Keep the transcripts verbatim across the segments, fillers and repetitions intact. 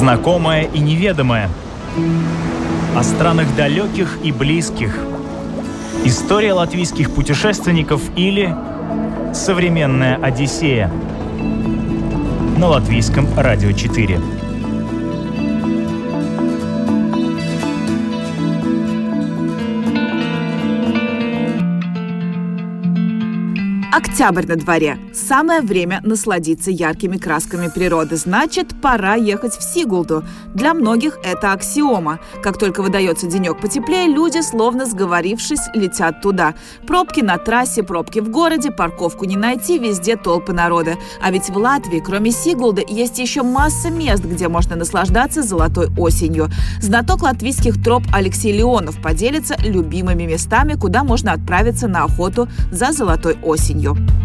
знакомое и неведомое, о странах далеких и близких, история латвийских путешественников или современная Одиссея на Латвийском радио четыре. Октябрь на дворе. Самое время насладиться яркими красками природы. Значит, пора ехать в Сигулду. Для многих это аксиома. Как только выдается денек потеплее, люди, словно сговорившись, летят туда. Пробки на трассе, пробки в городе, парковку не найти, везде толпы народа. А ведь в Латвии, кроме Сигулды, есть еще масса мест, где можно наслаждаться золотой осенью. Знаток латвийских троп Алексей Леонов поделится любимыми местами, куда можно отправиться на охоту за золотой осенью.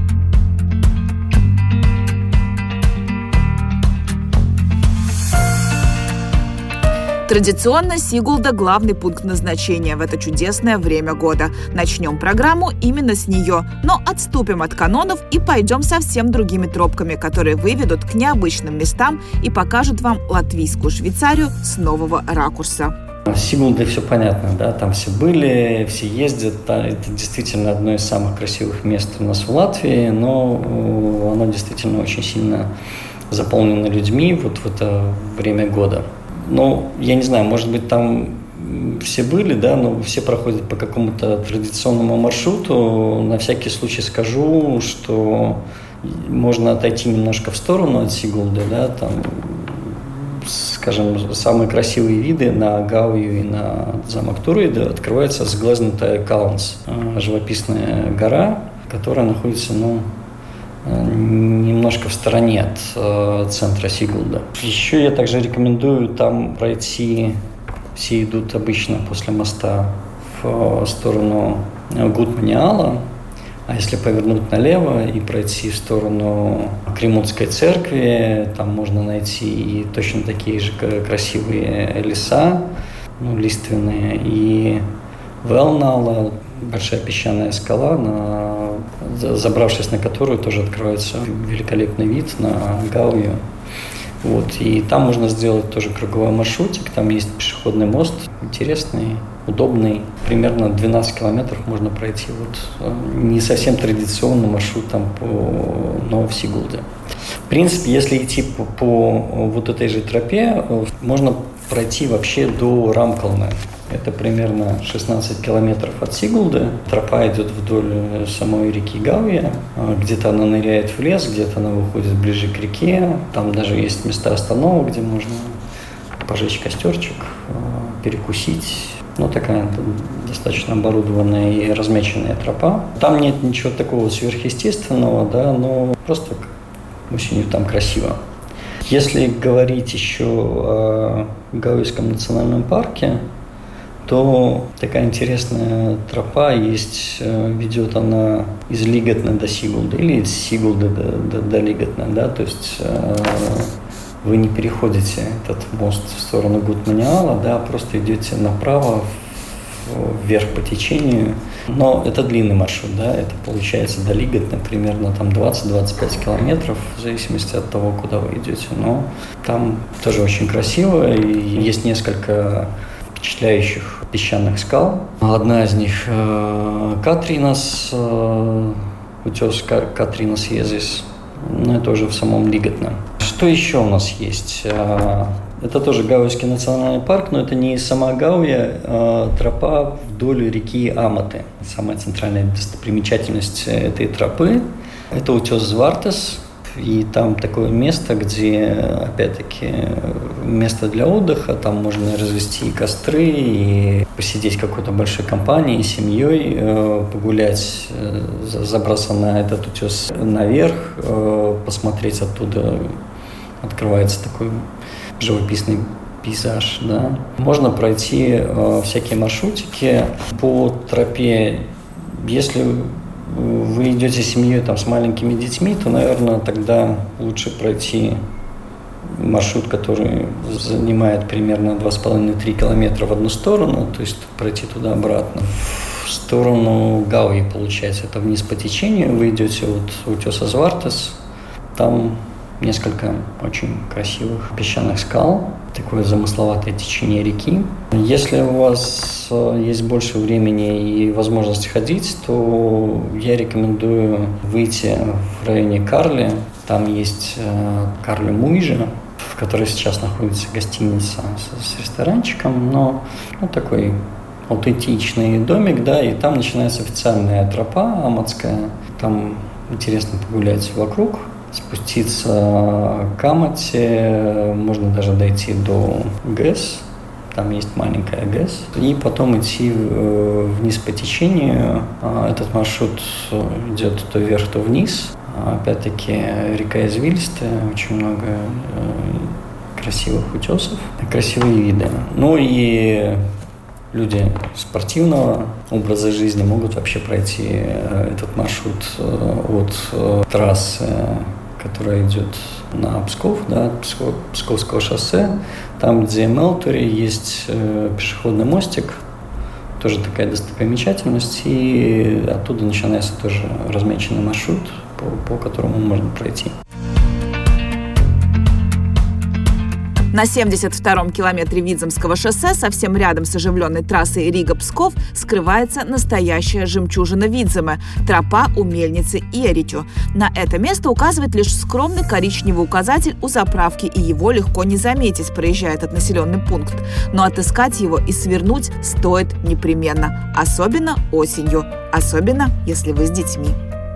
Традиционно Сигулда – главный пункт назначения в это чудесное время года. Начнем программу именно с нее, но отступим от канонов и пойдем совсем другими тропками, которые выведут к необычным местам и покажут вам латвийскую Швейцарию с нового ракурса. В Сигулде все понятно, да, там все были, все ездят, это действительно одно из самых красивых мест у нас в Латвии, но оно действительно очень сильно заполнено людьми вот в это время года. Ну, я не знаю, может быть, там все были, да, но все проходят по какому-то традиционному маршруту. На всякий случай скажу, что можно отойти немножко в сторону от Сигулды, да, там, скажем, самые красивые виды на Гаую и на замок Туруиды открывается с Глезнутая Калнс, живописная гора, которая находится, ну, немножко в стороне от э, центра Сигулда. Еще я также рекомендую там пройти, все идут обычно после моста в сторону Гутманиала, а если повернуть налево и пройти в сторону Кремутской церкви, там можно найти и точно такие же красивые леса, ну, лиственные, и Велнала, большая песчаная скала, на, забравшись на которую тоже откроется великолепный вид на Гаую. Вот. И там можно сделать тоже круговой маршрутик, там есть пешеходный мост, интересный, удобный. Примерно двенадцать километров можно пройти вот не совсем традиционный маршрут там по Новосигулде. В принципе, если идти по, по вот этой же тропе, можно пройти вообще до Рамкалны. Это примерно шестнадцать километров от Сигулды. Тропа идет вдоль самой реки Гауя. Где-то она ныряет в лес, где-то она выходит ближе к реке. Там даже есть места остановок, где можно пожечь костерчик, перекусить. Ну, такая достаточно оборудованная и размеченная тропа. Там нет ничего такого сверхъестественного, да, но просто осенью там красиво. Если говорить еще о Гауйском национальном парке, то такая интересная тропа есть, ведет она из Лигатна до Сигулды или из Сигулды до, до, до Лигатна, да, то есть э, вы не переходите этот мост в сторону Гутманиала, да, просто идете направо, вверх по течению, но это длинный маршрут, да, это получается до Лигатна примерно там двадцать-двадцать пять километров, в зависимости от того, куда вы идете, но там тоже очень красиво, и есть несколько впечатляющих песчаных скал. Одна из них э, Катринас, э, утес Катринас Езис, но это уже в самом Лигатне. Что еще у нас есть? Э, это тоже Гауйский национальный парк, но это не сама Гауя, а тропа вдоль реки Аматы. Самая центральная достопримечательность этой тропы – это утес Звартес. И там такое место, где, опять-таки, место для отдыха, там можно развести костры и посидеть в какой-то большой компании, с семьей, погулять, забраться на этот утес наверх, посмотреть оттуда, открывается такой живописный пейзаж, да. Можно пройти всякие маршрутики по тропе, если вы идете с семьей там, с маленькими детьми, то, наверное, тогда лучше пройти маршрут, который занимает примерно два с половиной - три километра в одну сторону, то есть пройти туда-обратно. В сторону Гауи, получается, это вниз по течению, вы идете от утеса Звартес, там несколько очень красивых песчаных скал, такое замысловатое течение реки. Если у вас есть больше времени и возможность ходить, то я рекомендую выйти в районе Карли. Там есть Карли Муйжа, в которой сейчас находится гостиница с, с ресторанчиком, но ну, такой аутентичный домик, да, и там начинается официальная тропа аматская. Там интересно погулять вокруг, спуститься к Амате, можно даже дойти до ГЭС, там есть маленькая ГЭС, и потом идти вниз по течению. Этот маршрут идет то вверх, то вниз. Опять-таки река извилистая, очень много красивых утесов, красивые виды. Ну и люди спортивного образа жизни могут вообще пройти этот маршрут от трассы, которая идет на Псков, да, Псков, Псковского шоссе. Там, где Мелтори, есть пешеходный мостик, тоже такая достопримечательность, и оттуда начинается тоже размеченный маршрут, по, по которому можно пройти. На семьдесят втором километре Видземского шоссе, совсем рядом с оживленной трассой Рига-Псков, скрывается настоящая жемчужина Видземы – тропа у мельницы Иеритю. На это место указывает лишь скромный коричневый указатель у заправки, и его легко не заметить, проезжая этот населенный пункт. Но отыскать его и свернуть стоит непременно, особенно осенью, особенно если вы с детьми.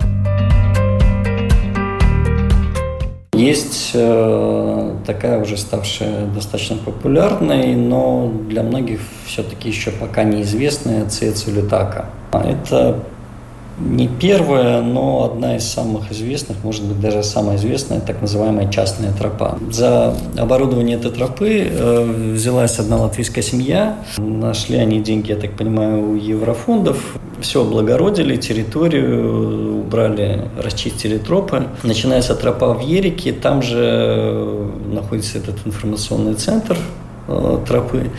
Есть э, такая уже ставшая достаточно популярной, но для многих все-таки еще пока неизвестная Циецулютака. Это не первая, но одна из самых известных, может быть, даже самая известная, так называемая частная тропа. За оборудование этой тропы э, взялась одна латвийская семья. Нашли они деньги, я так понимаю, у еврофондов. Все облагородили, территорию убрали, расчистили тропы. Начинается тропа в Ерике, там же находится этот информационный центр э, тропы.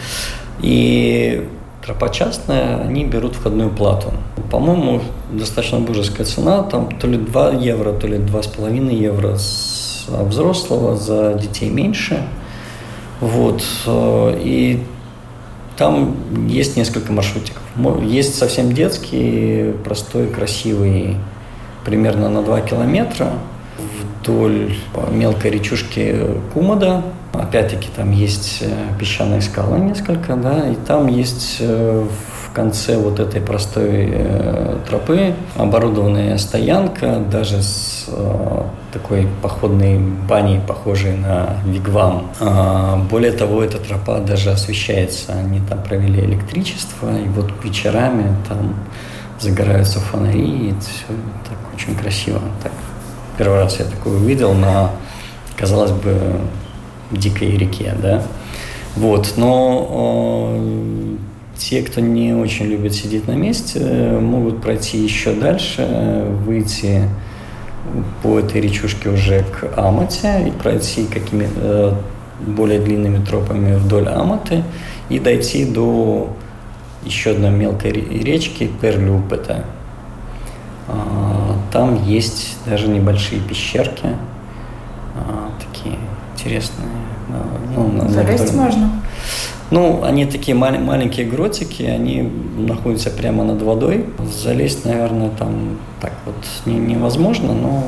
И тропа частная, они берут входную плату. По-моему, достаточно божеская цена, там то ли два евро, то ли два с половиной евро с взрослого, за детей меньше. Вот. И там есть несколько маршрутиков. Есть совсем детский, простой, красивый, примерно на два километра вдоль мелкой речушки Кумада. Опять-таки там есть песчаные скалы несколько, да, и там есть в конце вот этой простой э, тропы оборудованная стоянка, даже с э, такой походной баней, похожей на вигвам. А, более того, эта тропа даже освещается. Они там провели электричество, и вот вечерами там загораются фонари, и все так очень красиво. Так, первый раз я такое увидел на, казалось бы, дикой реке, да. Вот, но э, те, кто не очень любит сидеть на месте, могут пройти еще дальше, выйти по этой речушке уже к Амате и пройти какими э, более длинными тропами вдоль Аматы и дойти до еще одной мелкой речки Перлюпета. Э, там есть даже небольшие пещерки, э, такие интересные. Ну, залезть которые... можно? Ну, они такие мал- маленькие гротики, они находятся прямо над водой. Залезть, наверное, там так вот не- невозможно, но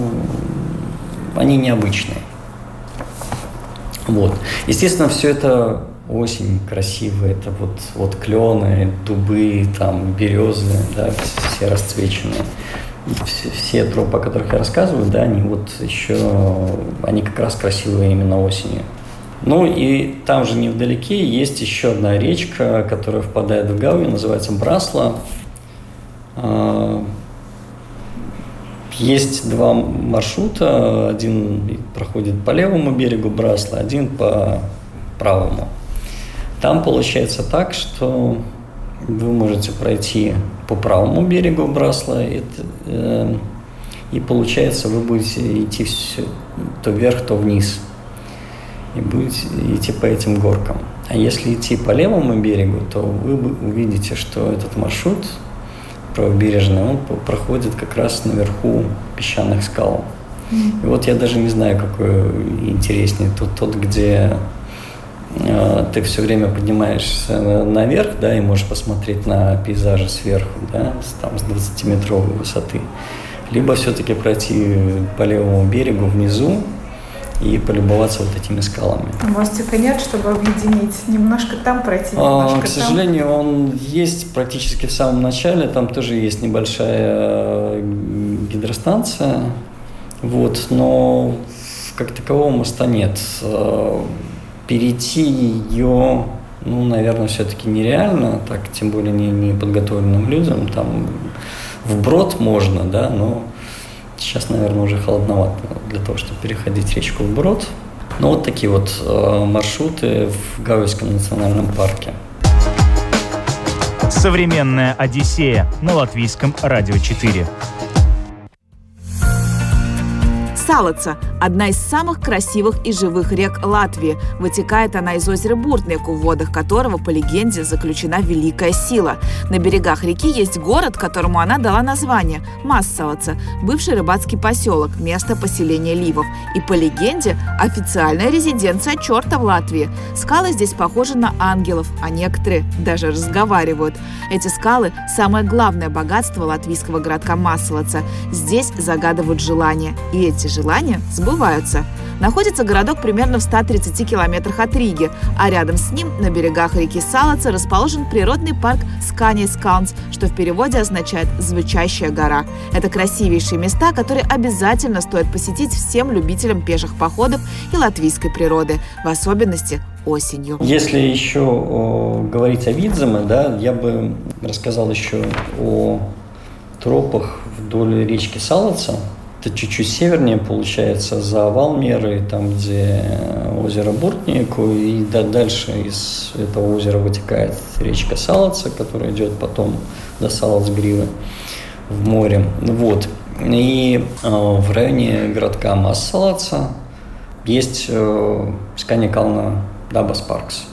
они необычные. Вот. Естественно, все это осень красивая, это вот, вот клены, дубы, там, березы, да, все расцвеченные. Все, все тропы, о которых я рассказываю, да, они вот еще, они как раз красивые именно осенью. Ну и там же невдалеке есть еще одна речка, которая впадает в Гауи, называется Брасла. Есть два маршрута, один проходит по левому берегу Брасла, один по правому. Там получается так, что вы можете пройти по правому берегу Брасла, и, э, и получается вы будете идти все, то вверх, то вниз. И будете идти по этим горкам. А если идти по левому берегу, то вы увидите, что этот маршрут правобережный, он проходит как раз наверху песчаных скал. И вот я даже не знаю, какой интереснее. Тот, тот где э, ты все время поднимаешься наверх, да, и можешь посмотреть на пейзажи сверху, да, с, там, с двадцатиметровой высоты. Либо все-таки пройти по левому берегу внизу и полюбоваться вот этими скалами. А мостика нет, чтобы объединить? Немножко там пройти, немножко а, там? К сожалению, он есть практически в самом начале. Там тоже есть небольшая гидростанция. Вот, но как такового моста нет. Перейти ее, ну, наверное, все-таки нереально, так, тем более не, не подготовленным людям. Там вброд можно, да, но сейчас, наверное, уже холодновато для того, чтобы переходить речку вброд. Но вот такие вот э, маршруты в Гауйском национальном парке. Современная Одиссея на Латвийском радио четыре. Салаца – одна из самых красивых и живых рек Латвии. Вытекает она из озера Буртниеку, в водах которого, по легенде, заключена великая сила. На берегах реки есть город, которому она дала название – Массалаца, бывший рыбацкий поселок, место поселения ливов. И, по легенде, официальная резиденция черта в Латвии. Скалы здесь похожи на ангелов, а некоторые даже разговаривают. Эти скалы – самое главное богатство латвийского городка Массалаца. Здесь загадывают желания, и эти желания сбываются. Находится городок примерно в ста тридцати километрах от Риги, а рядом с ним, на берегах реки Салаца, расположен природный парк Сканейскалнс, что в переводе означает «звучащая гора». Это красивейшие места, которые обязательно стоит посетить всем любителям пеших походов и латвийской природы, в особенности осенью. Если еще о, говорить о Видземе, да, я бы рассказал еще о тропах вдоль речки Салаца. Это чуть-чуть севернее, получается, за Валмерой, там, где озеро Буртниеку, и дальше из этого озера вытекает речка Салаца, которая идет потом до Салацгривы в море. Вот. И э, в районе городка Массалаца есть э, Сканейкална Дабас Паркс.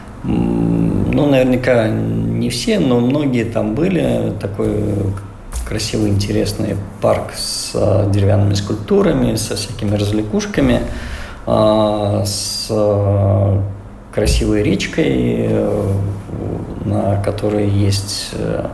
Ну, наверняка не все, но многие там были. Такой красивый, интересный парк с а, деревянными скульптурами, со всякими развлекушками, а, с а, красивой речкой, а, на которой есть а,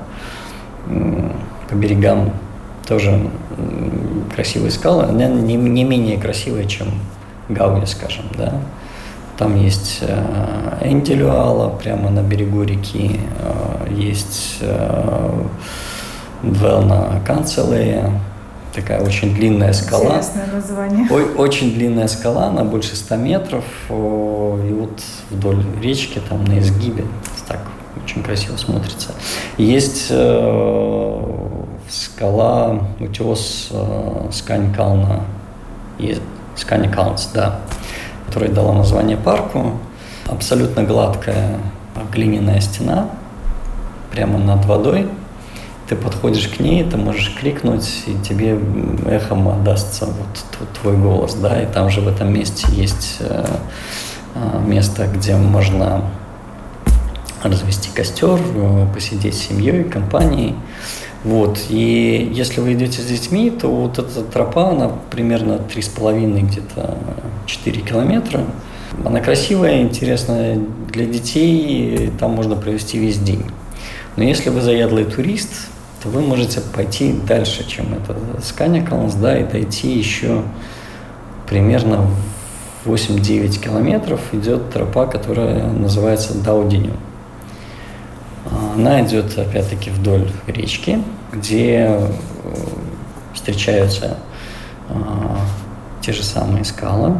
по берегам тоже красивые скалы, не, не менее красивые, чем Гауя, скажем, да. Там есть а, Энделюала прямо на берегу реки, а, есть а, Двелна Канцелея, такая очень длинная скала. Интересное название. Ой, очень длинная скала, она больше ста метров, и вот вдоль речки, там на изгибе, так очень красиво смотрится. Есть э, скала, утес э, Сканейкална, Сканейкалнс, да, которая дала название парку. Абсолютно гладкая глиняная стена, прямо над водой. Ты подходишь к ней, ты можешь крикнуть, и тебе эхом отдастся вот твой голос, да, и там же в этом месте есть э, место, где можно развести костер, посидеть с семьей, компанией, вот, и если вы идете с детьми, то вот эта тропа, она примерно три с половиной, где-то четыре километра, она красивая, интересная для детей, там можно провести весь день. Но если вы заядлый турист, то вы можете пойти дальше, чем это Сканейкалнс, да, и дойти еще примерно восемь-девять километров. Идет тропа, которая называется Даудиню. Она идет, опять-таки, вдоль речки, где встречаются а, те же самые скалы.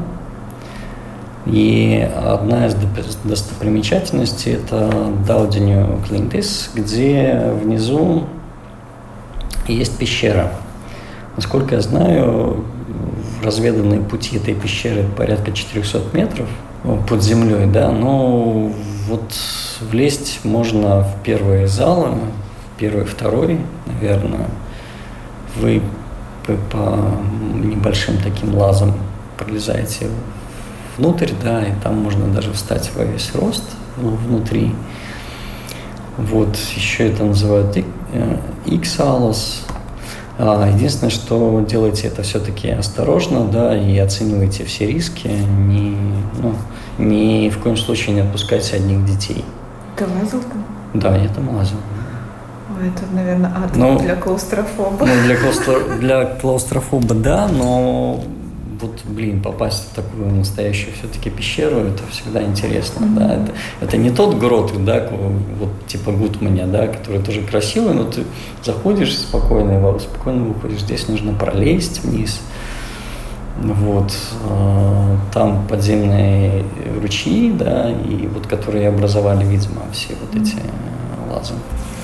И одна из достопримечательностей – это Даудиню Клинтис, где внизу есть пещера. Насколько я знаю, разведанные пути этой пещеры порядка четырехсот метров под землей, да, но вот влезть можно в первые залы, первый, второй, наверное. Вы по небольшим таким лазам пролезаете внутрь, да, и там можно даже встать во весь рост, ну, внутри. Вот, еще это называют иксалос. Единственное, что делайте это все-таки осторожно, да, и оценивайте все риски, не, ну, ни в коем случае не отпускайте одних детей. Ты лазил там? Да, я там лазил. Ой, это, наверное, ад ну, для клаустрофоба. Ну, для, клаустро... для клаустрофоба, да, но вот, блин, попасть в такую настоящую все-таки пещеру, это всегда интересно, mm-hmm. да. Это, это не тот грот, да, вот типа Гутманя, да, который тоже красивый, но ты заходишь спокойно, спокойно выходишь. Здесь нужно пролезть вниз. Вот, там подземные ручьи, да, и вот которые образовали, видимо, все вот эти лазы.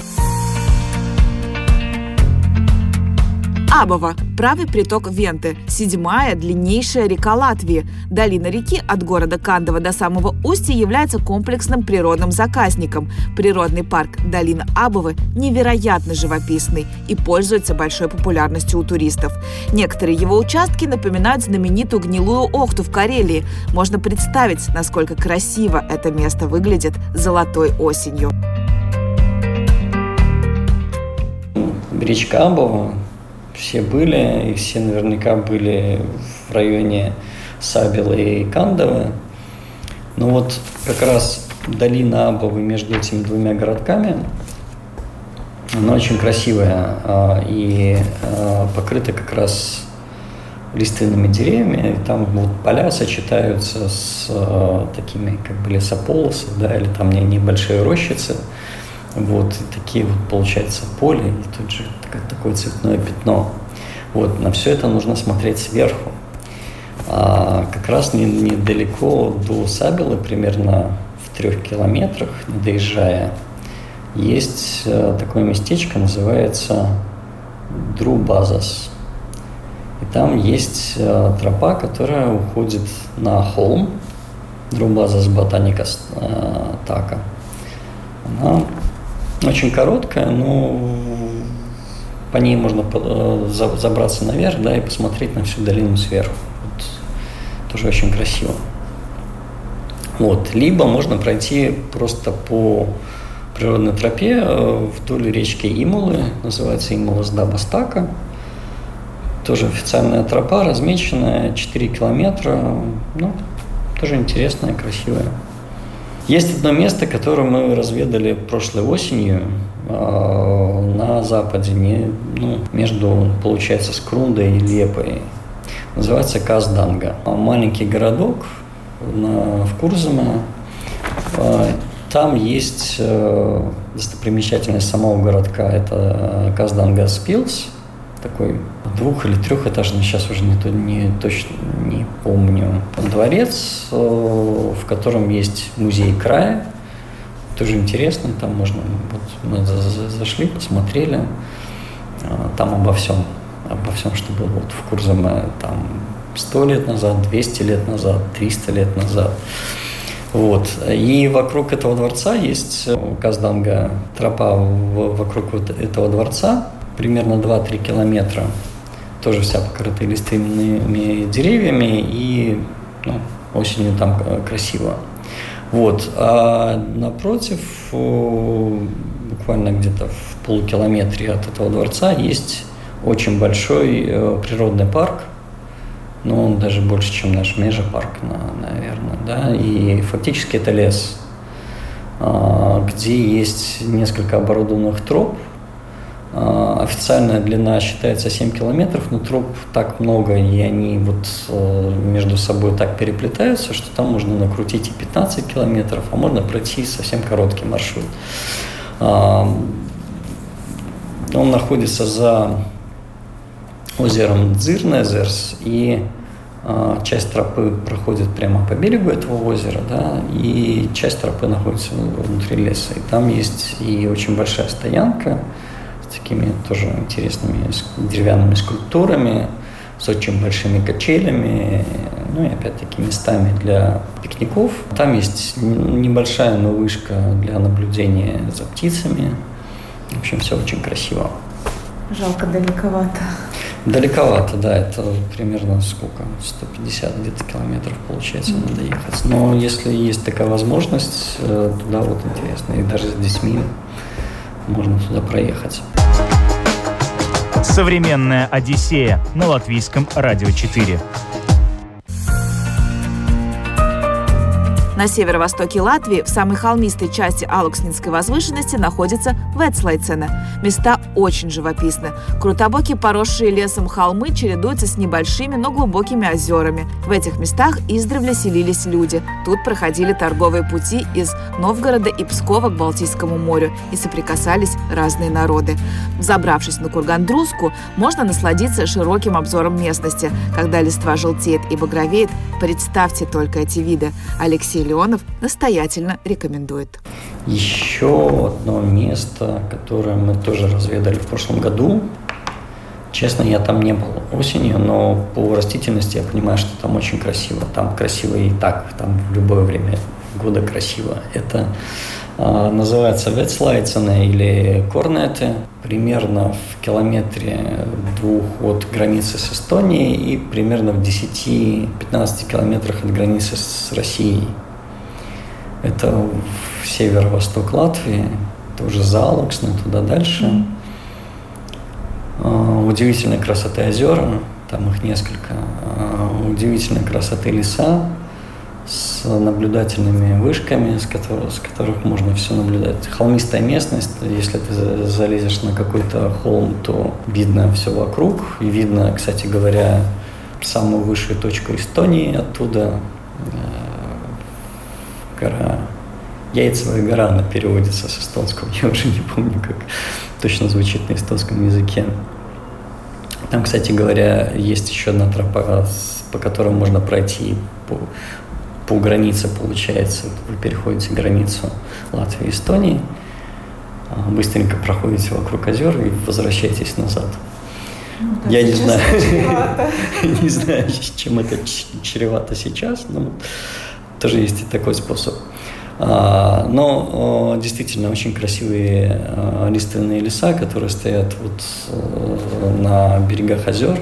Абово – правый приток Венты, седьмая длиннейшая река Латвии. Долина реки от города Кандава до самого устья является комплексным природным заказником. Природный парк Долина Абовы невероятно живописный и пользуется большой популярностью у туристов. Некоторые его участки напоминают знаменитую гнилую Охту в Карелии. Можно представить, насколько красиво это место выглядит золотой осенью. Речка Абова. Все были, и все наверняка были в районе Сабела и Кандавы. Но вот как раз долина Абовы между этими двумя городками, она очень красивая и покрыта как раз лиственными деревьями. И там вот поля сочетаются с такими как бы лесополосы, да, или там небольшие рощицы. Вот, и такие вот, получается, поле, и тут же такое цветное пятно. Вот, на все это нужно смотреть сверху. А как раз не, недалеко до Сабелы, примерно в трех километрах, не доезжая, есть такое местечко, называется Друбазас. И там есть тропа, которая уходит на холм, Друбазас Ботаникас Така. Она очень короткая, но по ней можно забраться наверх, да, и посмотреть на всю долину сверху. Вот. Тоже очень красиво. Вот. Либо можно пройти просто по природной тропе вдоль речки Имулы, называется Имула-Сдабастака. Тоже официальная тропа, размеченная, четыре километра. Ну, тоже интересная, красивая. Есть одно место, которое мы разведали прошлой осенью э, на западе, не, ну, между, получается, Скрундой и Лепой. Называется Казданга. Маленький городок на, в Курзаме. Э, там есть э, достопримечательность самого городка. Это Казданга Спилс. Такой двух- или трехэтажный, сейчас уже не, не, точно не помню, дворец, в котором есть музей края. Тоже интересно, там можно, вот мы зашли, посмотрели, там обо всем, обо всем, что было вот в Курзаме там сто лет назад, двести лет назад, триста лет назад. Вот. И вокруг этого дворца есть Казданга, тропа вокруг вот этого дворца, примерно два-три километра, тоже вся покрыта лиственными деревьями, и ну, осенью там красиво. Вот. А напротив, буквально где-то в полукилометре от этого дворца, есть очень большой природный парк, но он даже больше, чем наш межапарк, наверное, да, и фактически это лес, где есть несколько оборудованных троп. Официальная длина считается семь километров, но троп так много, и они вот между собой так переплетаются, что там можно накрутить и пятнадцать километров, а можно пройти совсем короткий маршрут. Он находится за озером Дзирнезерс, и часть тропы проходит прямо по берегу этого озера, да, и часть тропы находится внутри леса. И там есть и очень большая стоянка с такими тоже интересными деревянными скульптурами, с очень большими качелями, ну и опять-таки местами для пикников. Там есть небольшая, но вышка для наблюдения за птицами. В общем, все очень красиво. Жалко, далековато. Далековато, да, это примерно сколько? сто пятьдесят где-то километров, получается, mm-hmm. надо ехать. Но если есть такая возможность, туда вот интересно, и даже с детьми можно туда проехать. Современная Одиссея на Латвийском радио четыре. На северо-востоке Латвии, в самой холмистой части Алукснинской возвышенности, находится Вецлайцене. Места очень живописны. Крутобокие, поросшие лесом холмы чередуются с небольшими, но глубокими озерами. В этих местах издревле селились люди. Тут проходили торговые пути из Новгорода и Пскова к Балтийскому морю, и соприкасались разные народы. Взобравшись на курган Друзку, можно насладиться широким обзором местности. Когда листва желтеет и багровеет, представьте только эти виды. Алексей Леонов настоятельно рекомендует. Еще одно место, которое мы тоже разведали в прошлом году. Честно, я там не был осенью, но по растительности я понимаю, что там очень красиво. Там красиво и так, там в любое время года красиво. Это э, называется Вецлайцене или Корнеты. Примерно в километре двух от границы с Эстонией и примерно в десяти-пятнадцати километрах от границы с Россией. Это в северо-восток Латвии, тоже за Алуксне, туда дальше. Mm. Удивительной красоты озера, там их несколько. Удивительной красоты леса с наблюдательными вышками, с которых, с которых можно все наблюдать. Холмистая местность, если ты залезешь на какой-то холм, то видно все вокруг. И видно, кстати говоря, самую высшую точку Эстонии оттуда. Гора, Яйцевая гора, она переводится с эстонского, я уже не помню, как точно звучит на эстонском языке. Там, кстати говоря, есть еще одна тропа, по которой можно пройти по, по границе, получается. Вы переходите границу Латвии и Эстонии, быстренько проходите вокруг озер и возвращаетесь назад. Ну, я не знаю, не знаю, с чем это чревато сейчас, но тоже есть и такой способ. А, но а, действительно очень красивые а, лиственные леса, которые стоят вот а, на берегах озер.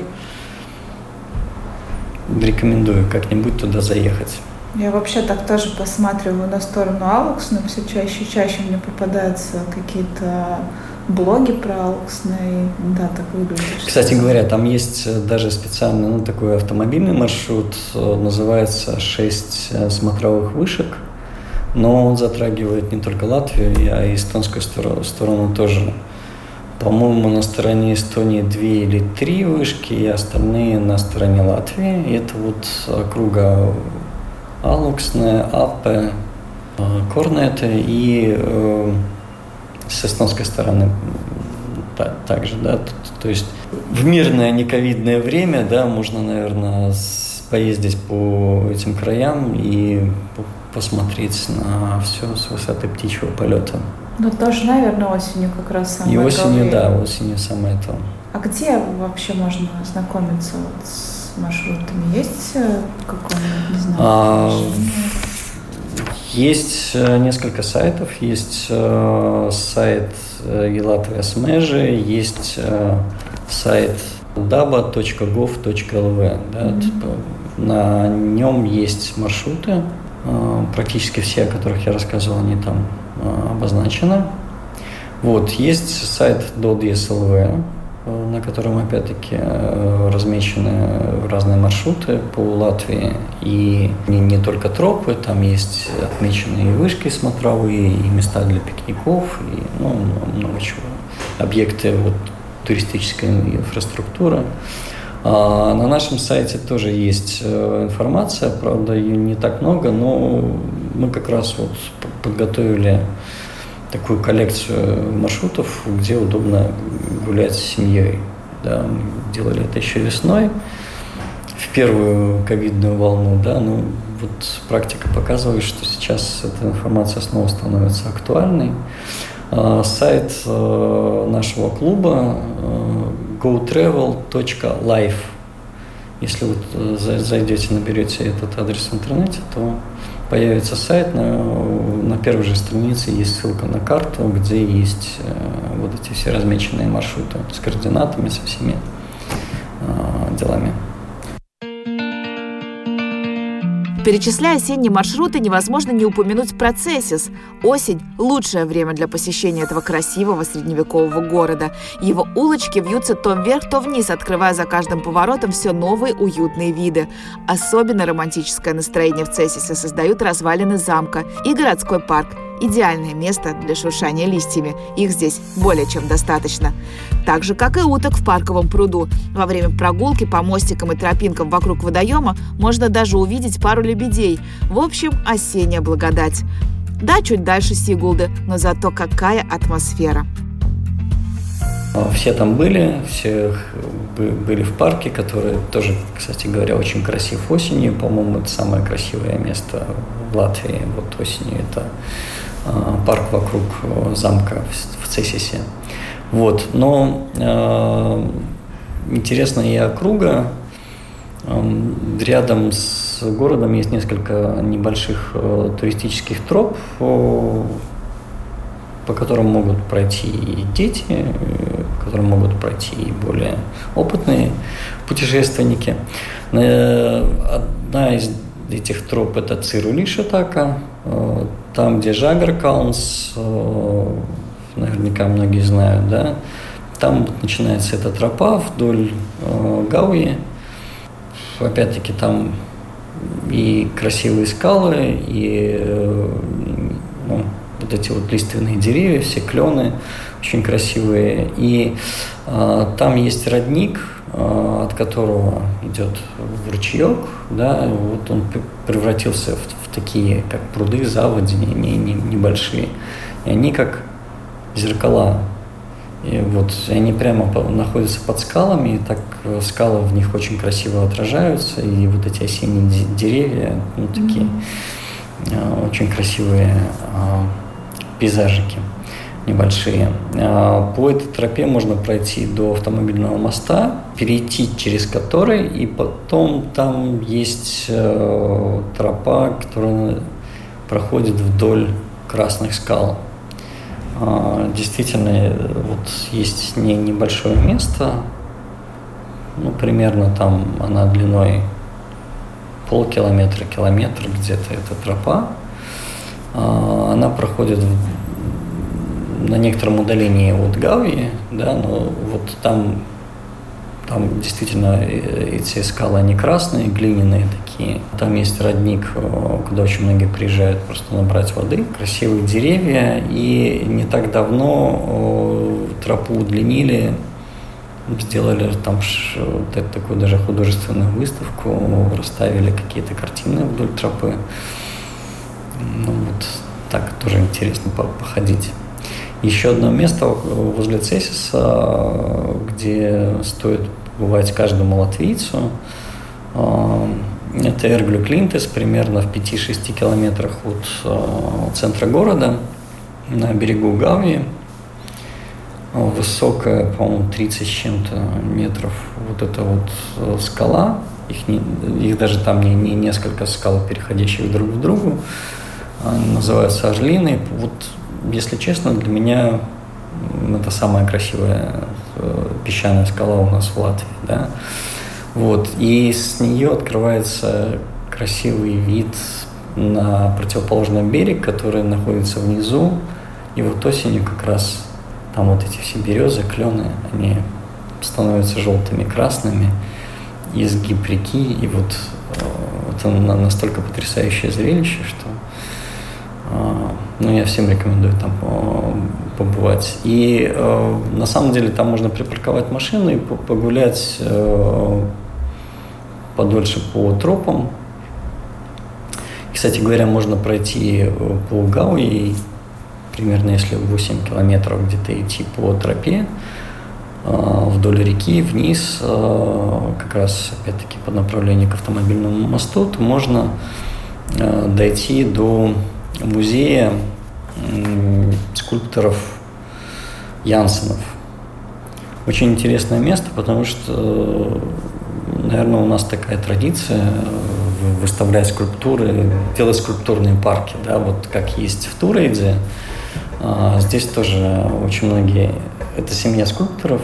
Рекомендую как-нибудь туда заехать. Я вообще так тоже посматриваю на сторону Алуксна, все чаще и чаще мне попадаются какие-то блоги про Алуксна, и да, так выглядит. Кстати говоря, там есть даже специальный, ну, такой автомобильный маршрут, называется «Шесть смотровых вышек», но он затрагивает не только Латвию, а и эстонскую сторону тоже. По-моему, на стороне Эстонии две или три вышки, и остальные на стороне Латвии. И это вот округа Алуксне, Апе, Корнеты и э, с эстонской стороны да, также, да, то, то есть в мирное нековидное время, да, можно, наверное, поездить по этим краям и посмотреть на все с высоты птичьего полета. Ну, тоже, наверное, осенью как раз самое И осенью, время. да, осенью самое то. А где вообще можно ознакомиться вот с маршрутами? Есть какой-нибудь, не знаю, а, Есть несколько сайтов. Есть э, сайт Елатвия Смежи, есть э, сайт дaba точка гов точка эл ви. Да, mm-hmm. типа, на нем есть маршруты, э, практически все, о которых я рассказывал, они там э, обозначены. Вот, есть сайт додс точка эл ви, на котором, опять-таки, размещены разные маршруты по Латвии. И не, не только тропы, там есть отмеченные вышки смотровые, и места для пикников, и ну, много чего. Объекты вот, туристической инфраструктуры. А на нашем сайте тоже есть информация, правда, ее не так много, но мы как раз вот подготовили такую коллекцию маршрутов, где удобно гулять с семьей. Да, мы делали это еще весной, в первую ковидную волну. Да, ну, вот практика показывает, что сейчас эта информация снова становится актуальной. А, сайт а, нашего клуба а, go travel точка life. Если вы зайдете, наберете этот адрес в интернете, то появится сайт, на, на первой же странице есть ссылка на карту, где есть э, вот эти все размеченные маршруты с координатами, со всеми э, делами. Перечисляя осенние маршруты, невозможно не упомянуть про Цесис. Осень – лучшее время для посещения этого красивого средневекового города. Его улочки вьются то вверх, то вниз, открывая за каждым поворотом все новые уютные виды. Особенно романтическое настроение в Цесисе создают развалины замка и городской парк. Идеальное место для шуршания листьями. Их здесь более чем достаточно. Так же, как и уток в парковом пруду. Во время прогулки по мостикам и тропинкам вокруг водоема можно даже увидеть пару лебедей. В общем, осенняя благодать. Да, чуть дальше Сигулды, но зато какая атмосфера. Все там были, все были в парке, который тоже, кстати говоря, очень красив осенью. По-моему, это самое красивое место в Латвии. Вот осенью это парк вокруг замка в Цесисе. Вот. Но э, интересно и округа. Рядом с городом есть несколько небольших э, туристических троп, э, по которым могут пройти и дети, э, по которым могут пройти и более опытные путешественники. Э, одна из этих троп – это Цирулишатака, э, там, где Жагаркаунс, э, наверняка многие знают, да, там вот начинается эта тропа вдоль э, Гауи. Опять-таки там и красивые скалы, и э, ну, вот эти вот лиственные деревья, все клены очень красивые. И э, там есть родник, э, от которого идет ручеек, да, вот он превратился в, в такие, как пруды, заводи, не, не, небольшие. И они как зеркала. И вот они прямо находятся под скалами, и так скалы в них очень красиво отражаются, и вот эти осенние деревья, ну, такие mm-hmm. очень красивые а, пейзажики небольшие. А, по этой тропе можно пройти до автомобильного моста, перейти через который, и потом там есть а, тропа, которая проходит вдоль Красных скал. Действительно, вот есть не, небольшое место, ну, примерно там она длиной полкилометра, километр где-то эта тропа. Она проходит в, на некотором удалении от Гауи, да, но вот там, там действительно эти скалы, они красные, глиняные такие. Там есть родник, куда очень многие приезжают просто набрать воды. Красивые деревья. И не так давно тропу удлинили, сделали там вот такую даже художественную выставку, расставили какие-то картины вдоль тропы. Ну вот так тоже интересно походить. Еще одно место возле Цесиса, где стоит побывать каждому латвийцу, это Эрглю Клинтес, примерно в пяти-шести километрах от центра города, на берегу Гауи. Высокая, по-моему, тридцать с чем-то метров вот эта вот скала. Их, не, их даже там не, не несколько скал, переходящих друг в другу. Они называются Ажлины. Вот, если честно, для меня это самая красивая песчаная скала у нас в Латвии, да. Вот, и с нее открывается красивый вид на противоположный берег, который находится внизу. И вот осенью как раз там вот эти все березы, клены, они становятся желтыми, красными. Изгиб реки, и вот это настолько потрясающее зрелище, что ну, я всем рекомендую там побывать. И э, на самом деле там можно припарковать машину и погулять э, подольше по тропам. Кстати говоря, можно пройти по Гауи, примерно если восемь километров где-то идти по тропе э, вдоль реки вниз, э, как раз опять-таки по направлению к автомобильному мосту, то можно э, дойти до музея скульпторов Янсенов. Очень интересное место, потому что, наверное, у нас такая традиция выставлять скульптуры, делать скульптурные парки, да, вот как есть в Турейде. Здесь тоже очень многие, это семья скульпторов,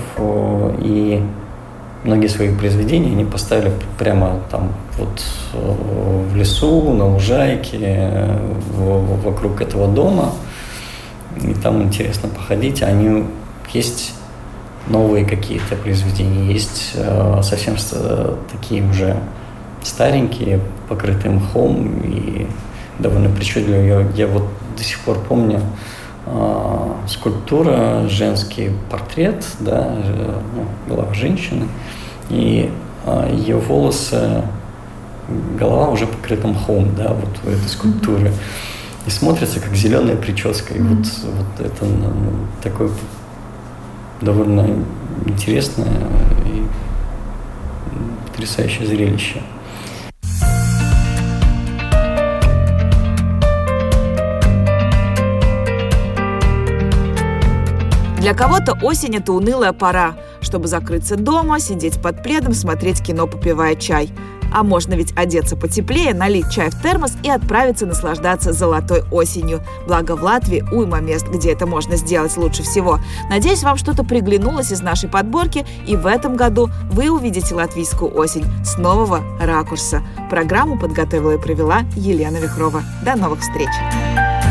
и многие свои произведения они поставили прямо там вот в лесу, на лужайке, вокруг этого дома. И там интересно походить. Они есть новые какие-то произведения, есть э, совсем э, такие уже старенькие, покрытые мхом и довольно причудливые. Я, я вот до сих пор помню э, скульптура, женский портрет, да, э, ну, голова женщины, и э, ее волосы, голова уже покрыта мхом, да, вот у этой скульптуры. И смотрится как зеленая прическа. И mm-hmm. вот, вот это ну, такое довольно интересное и потрясающее зрелище. Для кого-то осень – это унылая пора, чтобы закрыться дома, сидеть под пледом, смотреть кино, попивая чай. А можно ведь одеться потеплее, налить чай в термос и отправиться наслаждаться золотой осенью. Благо в Латвии уйма мест, где это можно сделать лучше всего. Надеюсь, вам что-то приглянулось из нашей подборки, и в этом году вы увидите латвийскую осень с нового ракурса. Программу подготовила и провела Елена Вихрова. До новых встреч!